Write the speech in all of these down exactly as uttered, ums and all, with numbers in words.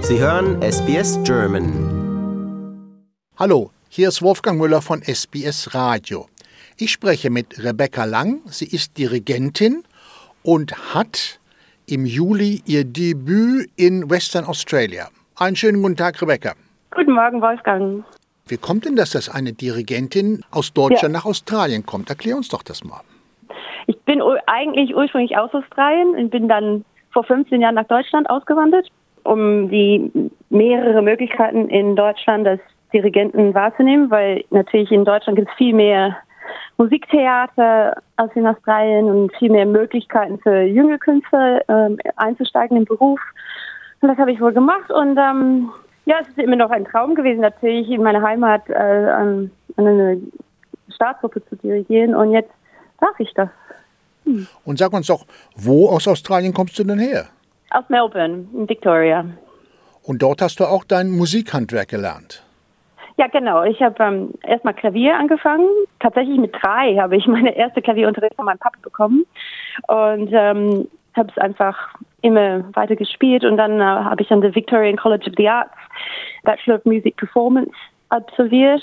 Sie hören S B S German. Hallo, hier ist Wolfgang Müller von S B S Radio. Ich spreche mit Rebecca Lang. Sie ist Dirigentin und hat im Juli ihr Debüt in Western Australia. Einen schönen guten Tag, Rebecca. Guten Morgen, Wolfgang. Wie kommt denn das, dass eine Dirigentin aus Deutschland Ja. nach Australien kommt? Erklär uns doch das mal. Ich bin ur- eigentlich ursprünglich aus Australien und bin dann vor fünfzehn Jahren nach Deutschland ausgewandert, um die mehrere Möglichkeiten in Deutschland als Dirigenten wahrzunehmen, weil natürlich in Deutschland gibt es viel mehr Musiktheater als in Australien und viel mehr Möglichkeiten für junge Künstler ähm, einzusteigen im Beruf. Und das habe ich wohl gemacht und ähm, ja, es ist immer noch ein Traum gewesen, natürlich in meiner Heimat äh, an, an eine Staatsoper zu dirigieren und jetzt darf ich das. Hm. Und sag uns doch, wo aus Australien kommst du denn her? Aus Melbourne, in Victoria. Und dort hast du auch dein Musikhandwerk gelernt. Ja, genau. Ich habe ähm, erstmal Klavier angefangen. Tatsächlich mit drei habe ich meine erste Klavierunterricht von meinem Papa bekommen und ähm, habe es einfach immer weiter gespielt. Und dann äh, habe ich an der Victorian College of the Arts Bachelor of Music Performance absolviert.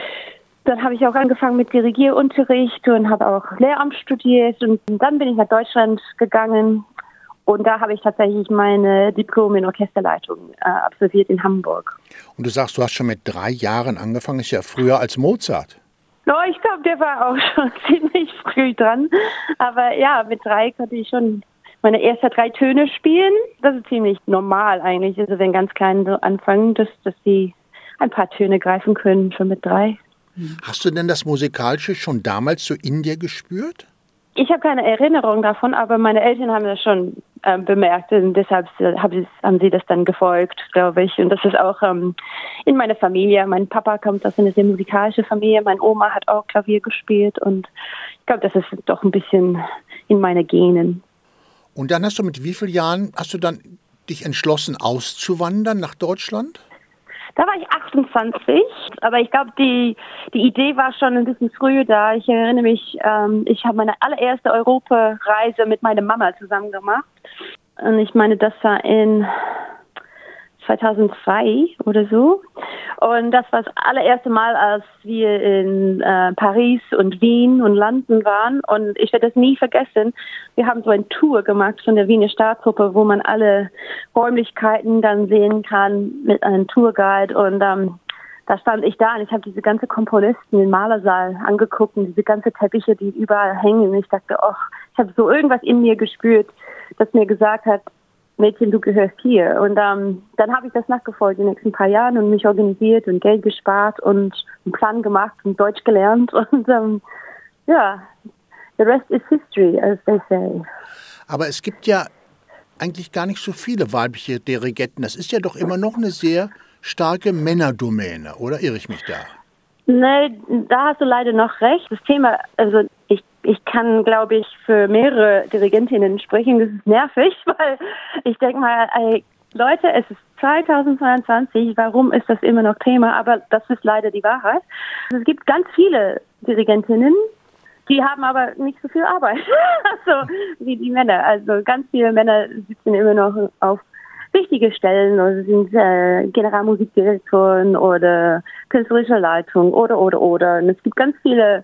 Dann habe ich auch angefangen mit Dirigierunterricht und habe auch Lehramt studiert. Und dann bin ich nach Deutschland gegangen. Und da habe ich tatsächlich meine Diplom in Orchesterleitung äh, absolviert in Hamburg. Und du sagst, du hast schon mit drei Jahren angefangen, ist ja früher als Mozart. No, ich glaube, der war auch schon ziemlich früh dran. Aber ja, mit drei konnte ich schon meine ersten drei Töne spielen. Das ist ziemlich normal eigentlich. Also wenn ganz Kleine so anfangen, dass, dass sie ein paar Töne greifen können, schon mit drei. Hast du denn das Musikalische schon damals so in dir gespürt? Ich habe keine Erinnerung davon, aber meine Eltern haben das schon ähm, bemerkt und deshalb haben sie das dann gefolgt, glaube ich. Und das ist auch ähm, in meiner Familie. Mein Papa kommt aus einer sehr musikalischen Familie, meine Oma hat auch Klavier gespielt und ich glaube, das ist doch ein bisschen in meine Genen. Und dann hast du mit wie vielen Jahren, hast du dann dich entschlossen auszuwandern nach Deutschland? Da war ich achtundzwanzig, aber ich glaube, die, die Idee war schon ein bisschen früher da. Ich erinnere mich, ähm, ich habe meine allererste Europareise mit meiner Mama zusammen gemacht. Und ich meine, das war in zweitausendzwei oder so. Und das war das allererste Mal, als wir in äh, Paris und Wien und London waren. Und ich werde das nie vergessen. Wir haben so eine Tour gemacht von der Wiener Staatsoper, wo man alle Räumlichkeiten dann sehen kann mit einem Tourguide. Und ähm, da stand ich da und ich habe diese ganzen Komponisten im Malersaal angeguckt und diese ganzen Teppiche, die überall hängen. Und ich dachte, oh, ich habe so irgendwas in mir gespürt, das mir gesagt hat, Mädchen, du gehörst hier. Und ähm, dann habe ich das nachgefolgt in den nächsten paar Jahren und mich organisiert und Geld gespart und einen Plan gemacht und Deutsch gelernt. Und ähm, ja, the rest is history, as they say. Aber es gibt ja eigentlich gar nicht so viele weibliche Dirigenten. Das ist ja doch immer noch eine sehr starke Männerdomäne, oder irre ich mich da? Nee, da hast du leider noch recht. Das Thema, also ich Ich kann, glaube ich, für mehrere Dirigentinnen sprechen. Das ist nervig, weil ich denke mal, ey, Leute, es ist zweitausendzweiundzwanzig, warum ist das immer noch Thema? Aber das ist leider die Wahrheit. Es gibt ganz viele Dirigentinnen, die haben aber nicht so viel Arbeit also, wie die Männer. Also ganz viele Männer sitzen immer noch auf wichtige Stellen oder sind äh, Generalmusikdirektoren oder künstlerische Leitung oder, oder, oder. Und es gibt ganz viele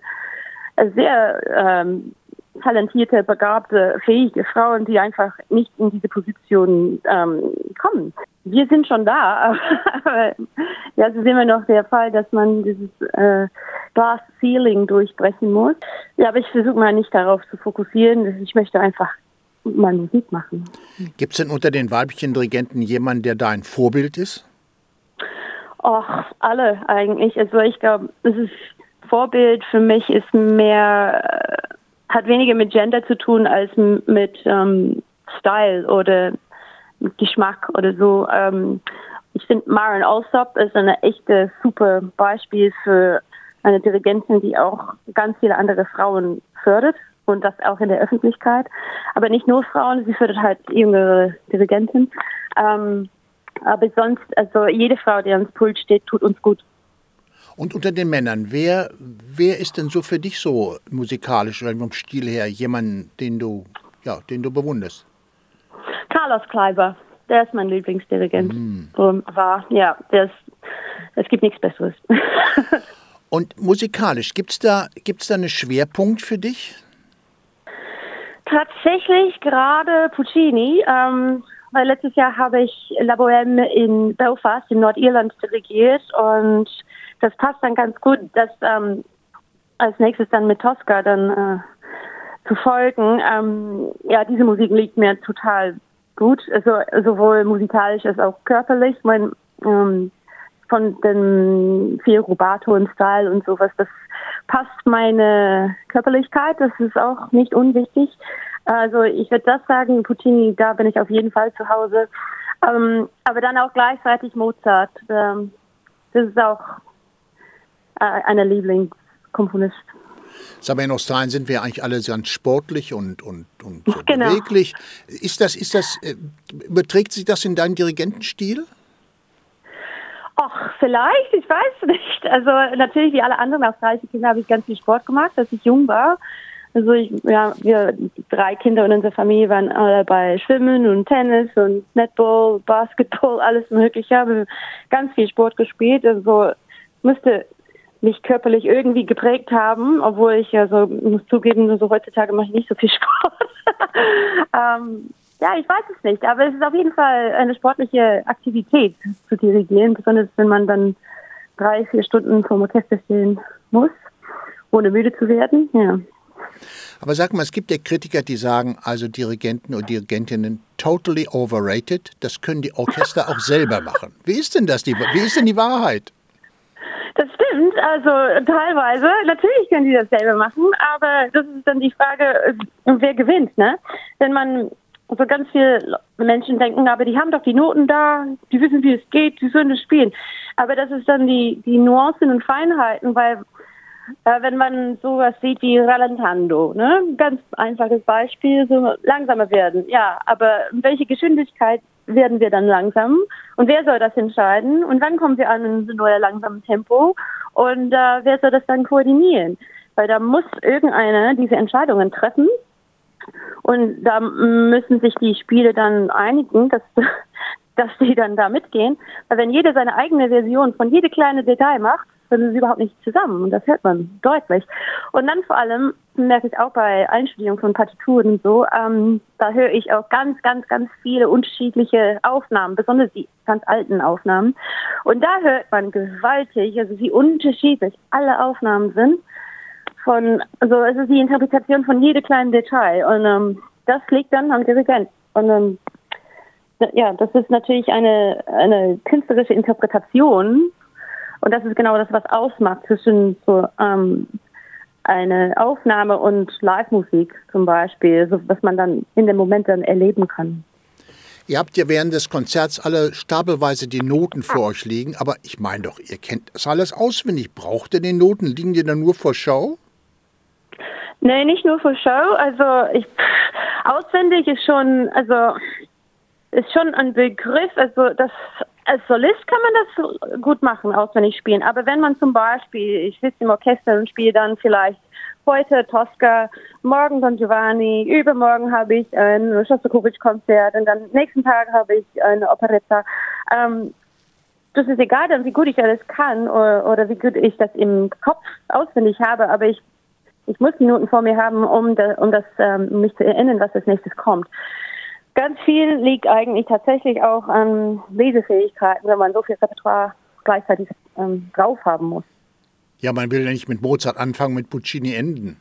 sehr ähm, talentierte, begabte, fähige Frauen, die einfach nicht in diese Position ähm, kommen. Wir sind schon da, aber ja, es ist immer noch der Fall, dass man dieses äh, Glass Ceiling durchbrechen muss. Ja, aber ich versuche mal nicht darauf zu fokussieren. Ich möchte einfach mal Musik machen. Gibt es denn unter den weiblichen Dirigenten jemanden, der da ein Vorbild ist? Ach, alle eigentlich. Also ich glaube, es ist Vorbild für mich ist mehr, hat weniger mit Gender zu tun als mit ähm, Style oder mit Geschmack oder so. Ähm, ich finde, Maren Alsop ist eine echte super Beispiel für eine Dirigentin, die auch ganz viele andere Frauen fördert und das auch in der Öffentlichkeit. Aber nicht nur Frauen, sie fördert halt jüngere Dirigenten. Ähm, aber sonst, also jede Frau, die ans Pult steht, tut uns gut. Und unter den Männern, wer, wer ist denn so für dich so musikalisch oder vom Stil her jemand, den du, ja, den du bewunderst? Carlos Kleiber, der ist mein Lieblingsdirigent. Mm. War, ja, der ist, es gibt nichts Besseres. Und musikalisch, gibt es da, gibt's da einen Schwerpunkt für dich? Tatsächlich gerade Puccini, ähm, weil letztes Jahr habe ich La Bohème in Belfast in Nordirland dirigiert und das passt dann ganz gut, das ähm, als nächstes dann mit Tosca dann äh, zu folgen. Ähm, ja, diese Musik liegt mir total gut, also sowohl musikalisch als auch körperlich. Mein, ähm, von dem viel Rubato und Style und sowas, das passt meine Körperlichkeit, das ist auch nicht unwichtig. Also ich würde das sagen, Puccini, da bin ich auf jeden Fall zu Hause. Ähm, aber dann auch gleichzeitig Mozart. Ähm, das ist auch äh, eine Lieblingskomponist. Sag mal, in Australien sind wir eigentlich alle ganz sportlich und, und, und so genau. beweglich. Ist das, ist das, äh, überträgt sich das in deinen Dirigentenstil? Ach, vielleicht, ich weiß nicht. Also natürlich, wie alle anderen australischen Kinder, habe ich ganz viel Sport gemacht, als ich jung war. Also ich, ja, wir drei Kinder in unserer Familie waren alle bei Schwimmen und Tennis und Netball, Basketball, alles Mögliche. Haben ganz viel Sport gespielt. Also musste mich körperlich irgendwie geprägt haben, obwohl ich ja so, muss zugeben, so heutzutage mache ich nicht so viel Sport. ähm, ja, ich weiß es nicht, aber es ist auf jeden Fall eine sportliche Aktivität zu dirigieren, besonders wenn man dann drei, vier Stunden vom Orchester stehen muss, ohne müde zu werden, ja. Aber sag mal, es gibt ja Kritiker, die sagen, also Dirigenten und Dirigentinnen totally overrated. Das können die Orchester auch selber machen. Wie ist denn das? Die, wie ist denn die Wahrheit? Das stimmt, also teilweise. Natürlich können die das selber machen, aber das ist dann die Frage, wer gewinnt, ne? Wenn man so ganz viele Menschen denken, aber die haben doch die Noten da, die wissen, wie es geht, die sollen das spielen. Aber das ist dann die, die Nuancen und Feinheiten, weil Äh, wenn man sowas sieht wie Rallentando, ne? Ganz einfaches Beispiel, so langsamer werden. Ja, aber in welche Geschwindigkeit werden wir dann langsam? Und wer soll das entscheiden? Und wann kommen wir an in so neuer langsamen Tempo? Und äh, wer soll das dann koordinieren? Weil da muss irgendeiner diese Entscheidungen treffen. Und da müssen sich die Spiele dann einigen, dass, dass die dann da mitgehen. Weil wenn jeder seine eigene Version von jedem kleinen Detail macht, sind sie überhaupt nicht zusammen. Und das hört man deutlich. Und dann vor allem merke ich auch bei Einstudierung von Partituren und so, ähm, da höre ich auch ganz, ganz, ganz viele unterschiedliche Aufnahmen, besonders die ganz alten Aufnahmen. Und da hört man gewaltig, also wie unterschiedlich alle Aufnahmen sind. Von, also es ist die Interpretation von jedem kleinen Detail. Und ähm, das liegt dann am Dirigent. Und ähm, ja, das ist natürlich eine, eine künstlerische Interpretation. Und das ist genau das, was ausmacht zwischen so ähm, eine Aufnahme und Live-Musik zum Beispiel, so, was man dann in dem Moment dann erleben kann. Ihr habt ja während des Konzerts alle stapelweise die Noten vor euch liegen, aber ich meine doch, ihr kennt das alles auswendig. Braucht ihr die Noten? Liegen die dann nur vor Show? Nee, nicht nur für Show. Also ich, auswendig ist schon, also ist schon ein Begriff. Also das als Solist kann man das gut machen, auswendig spielen. Aber wenn man zum Beispiel, ich sitze im Orchester und spiele dann vielleicht heute Tosca, morgen Don Giovanni, übermorgen habe ich ein Schostakowitsch-Konzert und dann nächsten Tag habe ich eine Operetta. Ähm, das ist egal dann, wie gut ich alles kann oder, oder wie gut ich das im Kopf auswendig habe, aber ich Ich muss die Noten vor mir haben, um, da, um das, ähm, mich zu erinnern, was als nächstes kommt. Ganz viel liegt eigentlich tatsächlich auch an Lesefähigkeiten, wenn man so viel Repertoire gleichzeitig ähm, drauf haben muss. Ja, man will ja nicht mit Mozart anfangen, mit Puccini enden.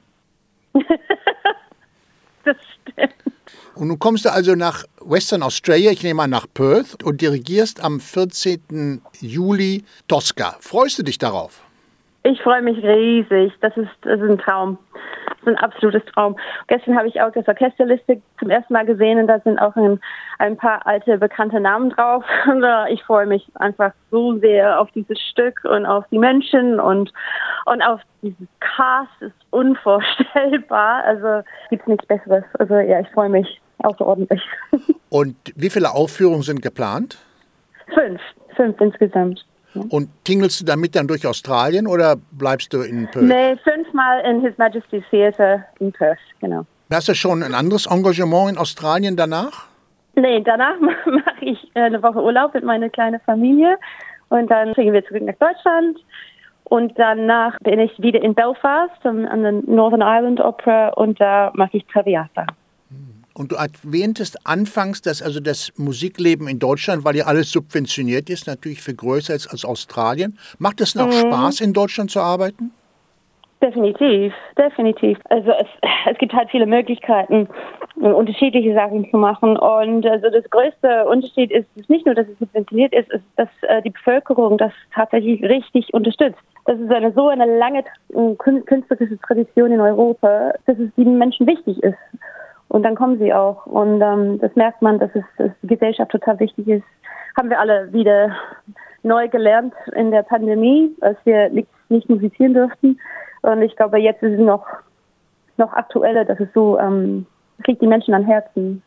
Das stimmt. Und nun kommst du also nach Western Australia, ich nehme an nach Perth, und dirigierst am vierzehnten Juli Tosca. Freust du dich darauf? Ich freue mich riesig. Das ist, das ist ein Traum. Das ist ein absolutes Traum. Gestern habe ich auch das Orchesterliste zum ersten Mal gesehen und da sind auch ein, ein paar alte, bekannte Namen drauf. Und ich freue mich einfach so sehr auf dieses Stück und auf die Menschen und, und auf dieses Cast. Das ist unvorstellbar. Also gibt es nichts Besseres. Also ja, ich freue mich außerordentlich. Und wie viele Aufführungen sind geplant? Fünf. Fünf insgesamt. Und tingelst du damit dann durch Australien oder bleibst du in Perth? Nee, fünfmal in His Majesty's Theatre in Perth, genau. Hast du schon ein anderes Engagement in Australien danach? Nee, danach mache ich eine Woche Urlaub mit meiner kleinen Familie und dann fliegen wir zurück nach Deutschland und danach bin ich wieder in Belfast an, an der Northern Ireland Opera und da mache ich Traviata. Und du erwähntest anfangs, dass also das Musikleben in Deutschland, weil ja alles subventioniert ist, natürlich viel größer ist als Australien. Macht es noch mhm. Spaß, in Deutschland zu arbeiten? Definitiv, definitiv. Also es, es gibt halt viele Möglichkeiten, unterschiedliche Sachen zu machen. Und also das größte Unterschied ist, ist nicht nur, dass es subventioniert ist, ist, dass äh, die Bevölkerung das tatsächlich richtig unterstützt. Das ist eine so eine lange künstlerische Tradition in Europa, dass es den Menschen wichtig ist. Und dann kommen sie auch. Und ähm, das merkt man, dass es dass die Gesellschaft total wichtig ist. Haben wir alle wieder neu gelernt in der Pandemie, als wir nicht, nicht musizieren durften. Und ich glaube, jetzt ist es noch, noch aktueller, dass es so, ähm, es liegt die Menschen am Herzen.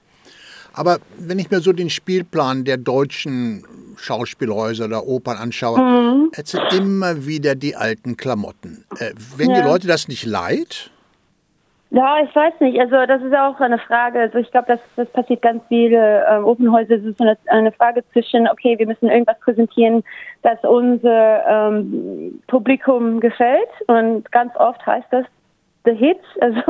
Aber wenn ich mir so den Spielplan der deutschen Schauspielhäuser oder Opern anschaue, mhm. es sind immer wieder die alten Klamotten. Äh, wenn ja. die Leute das nicht leid? Ja, ich weiß nicht. Also das ist auch eine Frage. Also ich glaube, das, das passiert ganz viele ähm, Opernhäuser. Es ist eine, eine Frage zwischen, okay, wir müssen irgendwas präsentieren, das unser ähm, Publikum gefällt. Und ganz oft heißt das The Hits, also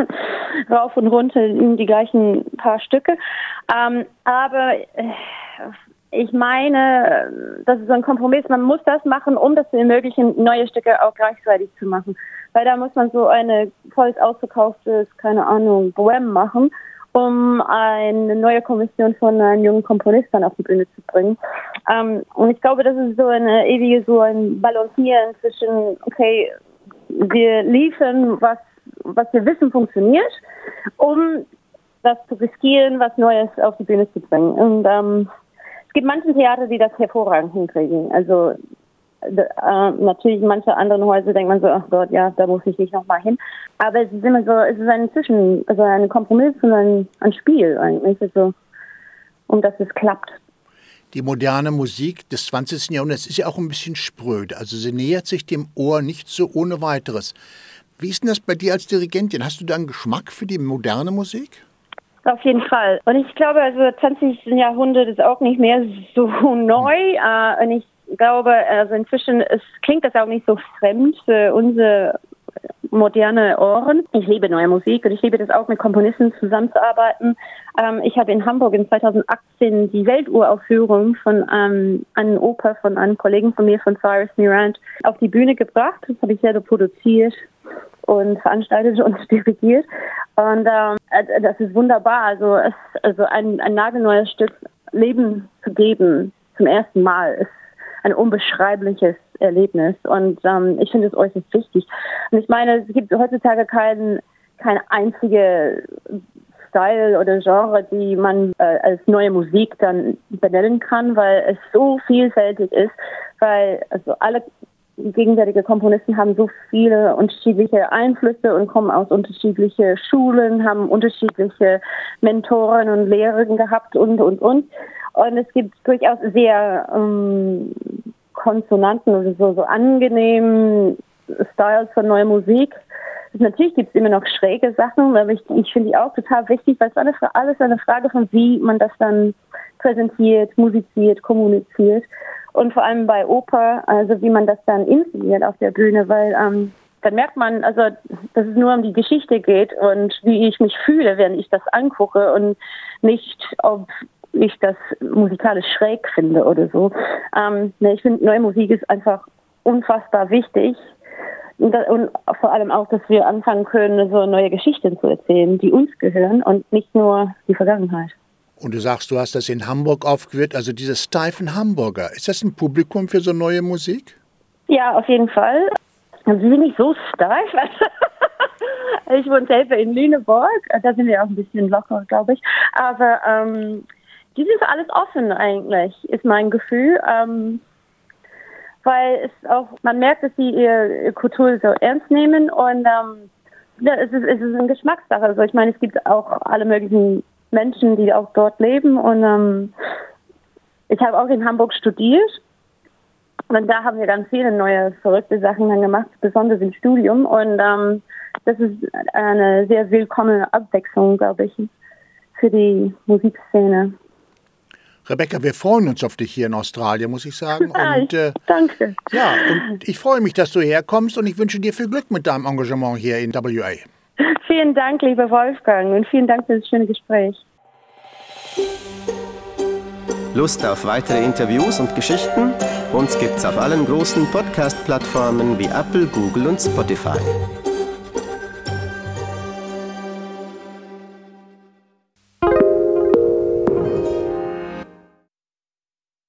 rauf und runter in die gleichen paar Stücke. Ähm, aber äh, ich meine, das ist so ein Kompromiss. Man muss das machen, um das zu ermöglichen, neue Stücke auch gleichzeitig zu machen. Weil da muss man so eine voll ausverkauftes, keine Ahnung, Bohème machen, um eine neue Kommission von einem jungen Komponist dann auf die Bühne zu bringen. Ähm, und ich glaube, das ist so eine ewige, so ein Balancieren zwischen, okay, wir liefern, was, was wir wissen funktioniert, um das zu riskieren, was Neues auf die Bühne zu bringen. Und ähm, es gibt manche Theater, die das hervorragend hinkriegen. Also Äh, natürlich in manche anderen Häuser denkt man so, ach Gott, ja, da muss ich nicht nochmal hin. Aber es ist immer so, es ist ein Zwischen, also ein Kompromiss und ein, ein Spiel eigentlich, also, um dass es klappt. Die moderne Musik des zwanzigsten Jahrhunderts ist ja auch ein bisschen spröde, also sie nähert sich dem Ohr nicht so ohne weiteres. Wie ist denn das bei dir als Dirigentin? Hast du da einen Geschmack für die moderne Musik? Auf jeden Fall. Und ich glaube, also zwanzigsten Jahrhundert ist auch nicht mehr so neu. Äh, und ich Ich glaube, also inzwischen es klingt das auch nicht so fremd für unsere moderne Ohren. Ich liebe neue Musik und ich liebe das auch, mit Komponisten zusammenzuarbeiten. Ähm, ich habe in Hamburg in zweitausendachtzehn die Welturaufführung von ähm, einer Oper von einem Kollegen von mir, von Cyrus Mirand, auf die Bühne gebracht. Das habe ich selber produziert und veranstaltet und dirigiert. Und ähm, das ist wunderbar. Also, es, also ein, ein nagelneues Stück Leben zu geben zum ersten Mal ist ein unbeschreibliches Erlebnis. Und ähm, ich finde es äußerst wichtig. Und ich meine, es gibt heutzutage kein, kein einzige Style oder Genre, die man äh, als neue Musik dann benennen kann, weil es so vielfältig ist, weil also alle gegenwärtige Komponisten haben so viele unterschiedliche Einflüsse und kommen aus unterschiedlichen Schulen, haben unterschiedliche Mentoren und Lehrerinnen gehabt und, und, und. Und es gibt durchaus sehr ähm, Konsonanten oder so, so angenehmen Styles von neuer Musik. Natürlich gibt es immer noch schräge Sachen, aber ich, ich finde die auch total wichtig, weil es eine, alles eine Frage von, wie man das dann präsentiert, musiziert, kommuniziert. Und vor allem bei Oper, also wie man das dann inszeniert auf der Bühne, weil ähm, dann merkt man, also dass es nur um die Geschichte geht und wie ich mich fühle, während ich das angucke und nicht, ob ich das musikalisch schräg finde oder so. Ähm, ne, ich finde, neue Musik ist einfach unfassbar wichtig. Und, da, und vor allem auch, dass wir anfangen können, so neue Geschichten zu erzählen, die uns gehören und nicht nur die Vergangenheit. Und du sagst, du hast das in Hamburg aufgeführt, also diese steifen Hamburger. Ist das ein Publikum für so neue Musik? Ja, auf jeden Fall. Sie sind nicht so steif. Ich wohne selber in Lüneburg. Da sind wir auch ein bisschen locker, glaube ich. Aber ähm, die sind für alles offen eigentlich, ist mein Gefühl. Ähm, weil es auch, man merkt, dass sie ihre Kultur so ernst nehmen und ähm, ja, es ist, es ist eine Geschmackssache. Also ich meine, es gibt auch alle möglichen Menschen, die auch dort leben und ähm, ich habe auch in Hamburg studiert und da haben wir ganz viele neue, verrückte Sachen dann gemacht, besonders im Studium und ähm, das ist eine sehr willkommene Abwechslung, glaube ich, für die Musikszene. Rebecca, wir freuen uns auf dich hier in Australien, muss ich sagen. Und, äh, Danke. Ja, und ich freue mich, dass du herkommst und ich wünsche dir viel Glück mit deinem Engagement hier in W A. Vielen Dank, lieber Wolfgang, und vielen Dank für das schöne Gespräch. Lust auf weitere Interviews und Geschichten? Uns gibt's auf allen großen Podcast-Plattformen wie Apple, Google und Spotify.